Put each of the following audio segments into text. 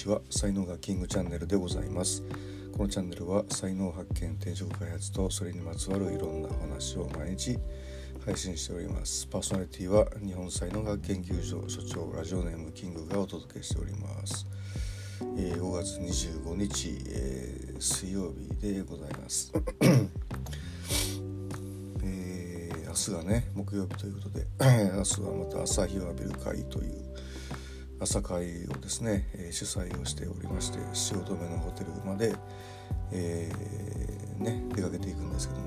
ちは、才能がキングチャンネルでございます。このチャンネルは才能発見、転職開発とそれにまつわるいろんなお話を毎日配信しております。パーソナリティは日本才能学研究所所長ラジオネームキングがお届けしております。5月25日、水曜日でございます明日がね木曜日ということで明日はまた朝日を浴びる会という朝会をですね、主催をしておりまして、汐留のホテルまで、出かけていくんですけど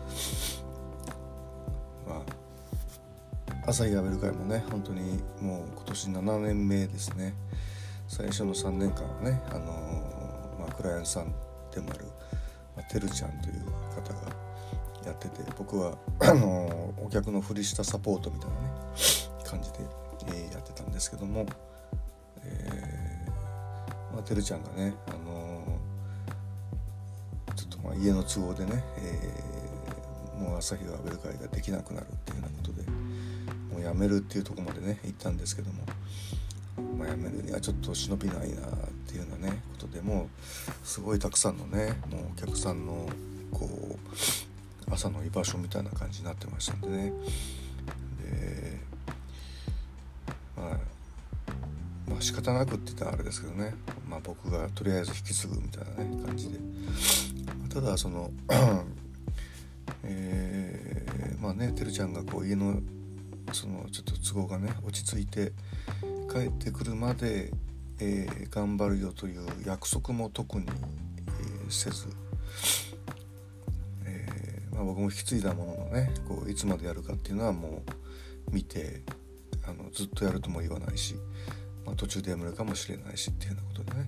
も、朝日浴びる会もね本当にもう今年7年目ですね。最初の3年間はねクライアントさんでもある、てるちゃんという方がやってて、僕はお客のふりしたサポートみたいなね感じで、やってたんですけども、てるちゃんがね、ちょっと家の都合でね、もう朝日を浴びる会ができなくなるっていうようなことでもうやめるっていうところまでね行ったんですけども、やめるにはちょっと忍びないなっていうようなねことで、もうすごいたくさんのねもうお客さんのこう朝の居場所みたいな感じになってましたんでね。で仕方なくって言ったらあれですけどね、僕がとりあえず引き継ぐみたいなね感じで、ただそのてるちゃんがこう家のそのちょっと都合がね落ち着いて帰ってくるまで、頑張るよという約束も特に、せず、僕も引き継いだもののねこういつまでやるかっていうのはもう見てずっとやるとも言わないし、途中でやめるかもしれないしっていうようなことで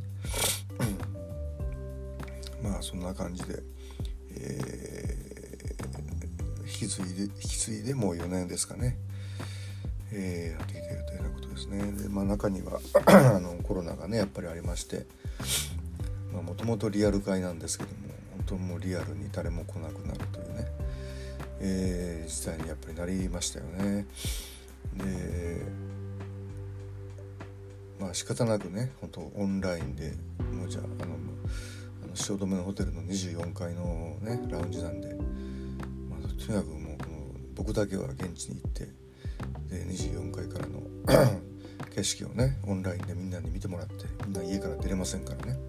ねそんな感じで、引き継いでもう4年ですかね、やってきているというようなことですね。で、中にはコロナがねやっぱりありまして、もともとリアル会なんですけども、本当もうリアルに誰も来なくなるというね、事態にやっぱりなりましたよね。で仕方なくね本当オンラインでもうじゃあ汐留のホテルの24階のねラウンジなんで、とにかくもう僕だけは現地に行って、で24階からの景色をねオンラインでみんなに見てもらって、みんな家から出れませんからね、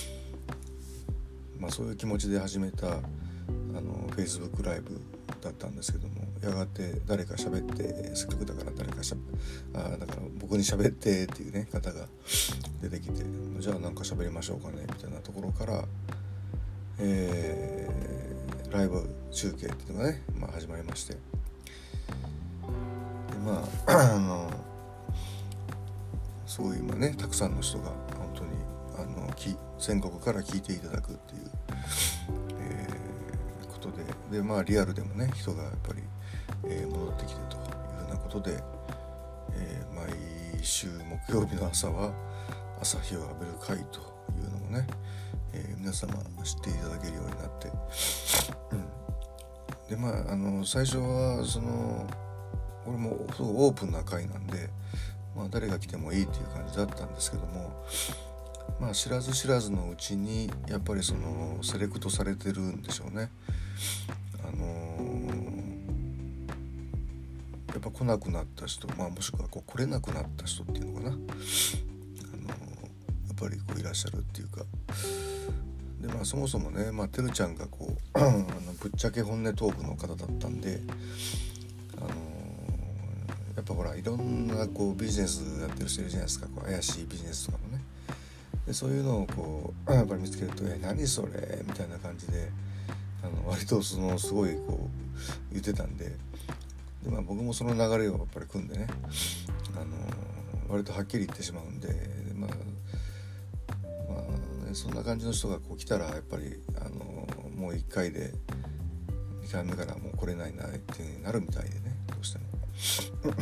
そういう気持ちで始めたFacebook ライブだったんですけども、やがて誰か喋って、せっかくだからだから僕に喋ってっていうね方が出てきて、じゃあなんか喋りましょうかねみたいなところから、ライブ中継っていうのがね、始まりまして、ですごい今ねたくさんの人が本当に全国から聞いていただくっていう、ことで、リアルでもね人がやっぱり、戻ってきてというふうなことで、毎週木曜日の朝は朝日を浴びる会というのもね、皆様知っていただけるようになって、で最初はこれもすごいオープンな会なんで、誰が来てもいいっていう感じだったんですけども、知らず知らずのうちにやっぱりセレクトされてるんでしょうね。やっぱ来なくなった人、もしくは来れなくなった人っていうのかな、やっぱりいらっしゃるっていうか、でそもそもね、てるちゃんがぶっちゃけ本音トークの方だったんで、やっぱほらいろんなビジネスやってる人いるじゃないですか、怪しいビジネスとかもね。でそういうのをやっぱり見つけると何それみたいな感じで割とすごい言ってたんで、僕もその流れをやっぱり組んでね、割とはっきり言ってしまうんで、そんな感じの人が来たらやっぱりもう1回で2回目からもう来れないなっていう風になるみたいでね、どうしても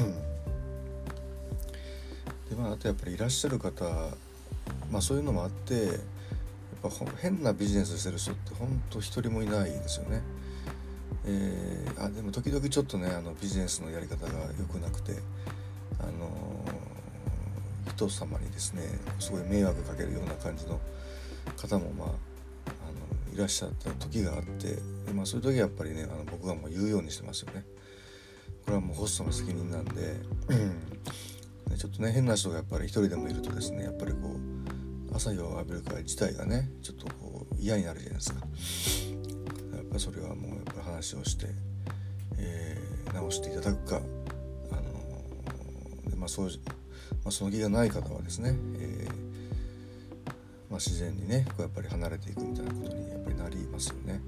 であとやっぱりいらっしゃる方、そういうのもあって、やっぱ変なビジネスしてる人ってほんと一人もいないですよね。でも時々ちょっとねビジネスのやり方が良くなくて、人人様にですねすごい迷惑かけるような感じの方もいらっしゃった時があって、そういう時はやっぱりね僕がもう言うようにしてますよね。これはもうホストの責任なんでちょっとね変な人がやっぱり一人でもいるとですねやっぱりこう朝日を浴びる会自体がねちょっとこう嫌になるじゃないですか。やっぱりそれはもうやっぱり話をして、直していただくかその気がない方はですね、自然にねこうやっぱり離れていくみたいなことにやっぱりなりますよね。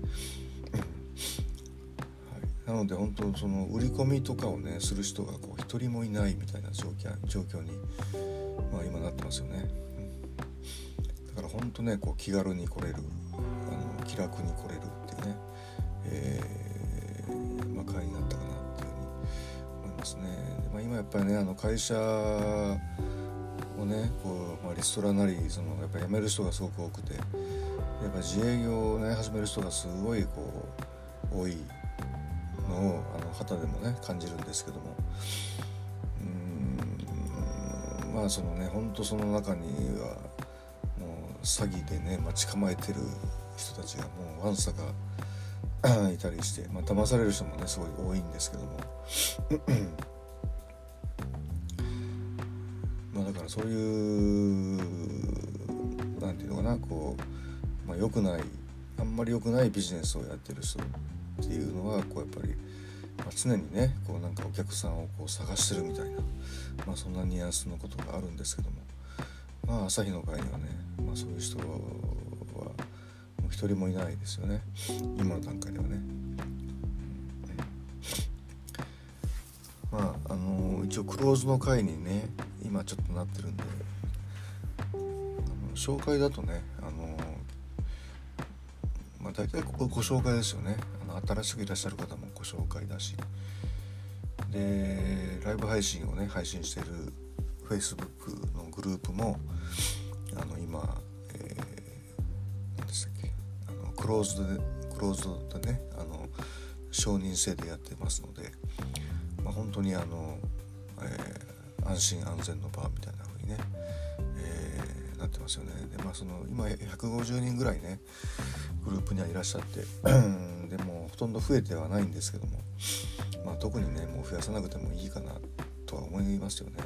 なので本当その売り込みとかをねする人がこう一人もいないみたいな状況に、今なってますよね。だから本当ねこう気軽に来れる気楽に来れるっていうね、会になったかなっていうふうに思いますね。で今やっぱりね会社をねこう、リストラなりやっぱり辞める人がすごく多くて、やっぱ自営業をね始める人がすごいこう多いのを肌でもね感じるんですけども、本当その中にはもう詐欺でね待ち構えてる人たちがもうわんさかいたりして、騙される人もねすごい多いんですけどもだからそういうなんていうのかなこう、良くないあんまり良くないビジネスをやってる人っていうのはこうやっぱり、常にねこうなんかお客さんをこう探してるみたいな、そんなニュアンスのことがあるんですけども、朝日の会にはね、そういう人はもう一人もいないですよね今の段階ではね。一応クローズの会にね今ちょっとなってるんで、紹介だとね大体ご紹介ですよね。新しくいらっしゃる方もご紹介だし、でライブ配信をね配信している Facebook のグループも今、何でしたっけクローズドでね承認制でやってますので、本当に安心安全の場みたいな風にね、なってますよね。で今150人ぐらいねグループにはいらっしゃってでもほとんど増えてはないんですけども、特にねもう増やさなくてもいいかなとは思いますよね。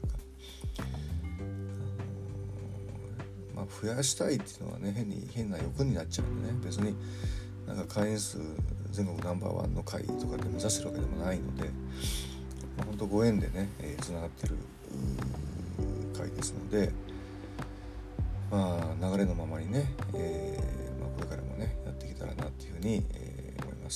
増やしたいっていうのはね変な欲になっちゃうんでね、別に会員数全国ナンバーワンの会とかで目指してるわけでもないので、本当ご縁でねつながってる会ですので、流れのままにね、これからもねやっていけたらなっていうふうに、思います。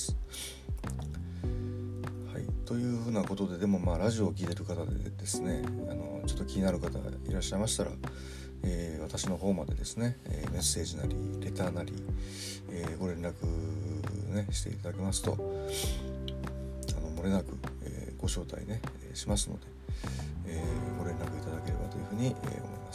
はい、というふうなことで、でもラジオを聞いてる方でですねちょっと気になる方いらっしゃいましたら、私の方までですね、メッセージなりレターなり、ご連絡、ね、していただけますと漏れなく、ご招待ねしますので、ご連絡いただければというふうに、思います。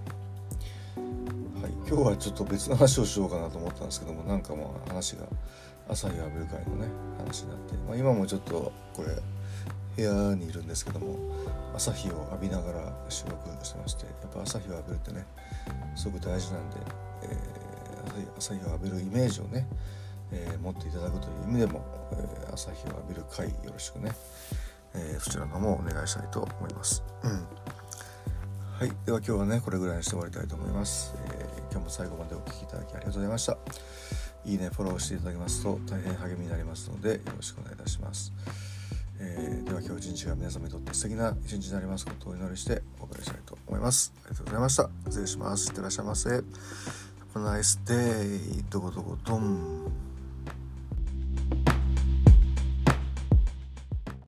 はい、今日はちょっと別の話をしようかなと思ったんですけども、話が朝日を浴びる会のね話になって、今もちょっとこれ部屋にいるんですけども朝日を浴びながら収録してまして、やっぱ朝日を浴びるってねすごく大事なんで、朝日を浴びるイメージをね、持っていただくという意味でも、朝日を浴びる会よろしくね、そちらの方もお願いしたいと思います。はい、では今日はねこれぐらいにして終わりたいと思います。今日も最後までお聞きいただきありがとうございました。いいねフォローしていただけますと大変励みになりますのでよろしくお願いいたします。では今日一日が皆様にとって素敵な一日になりますことをお祈りしてお別れしたいと思います。ありがとうございました。失礼します。いってらっしゃいませ。Have a nice day. どこどこどん。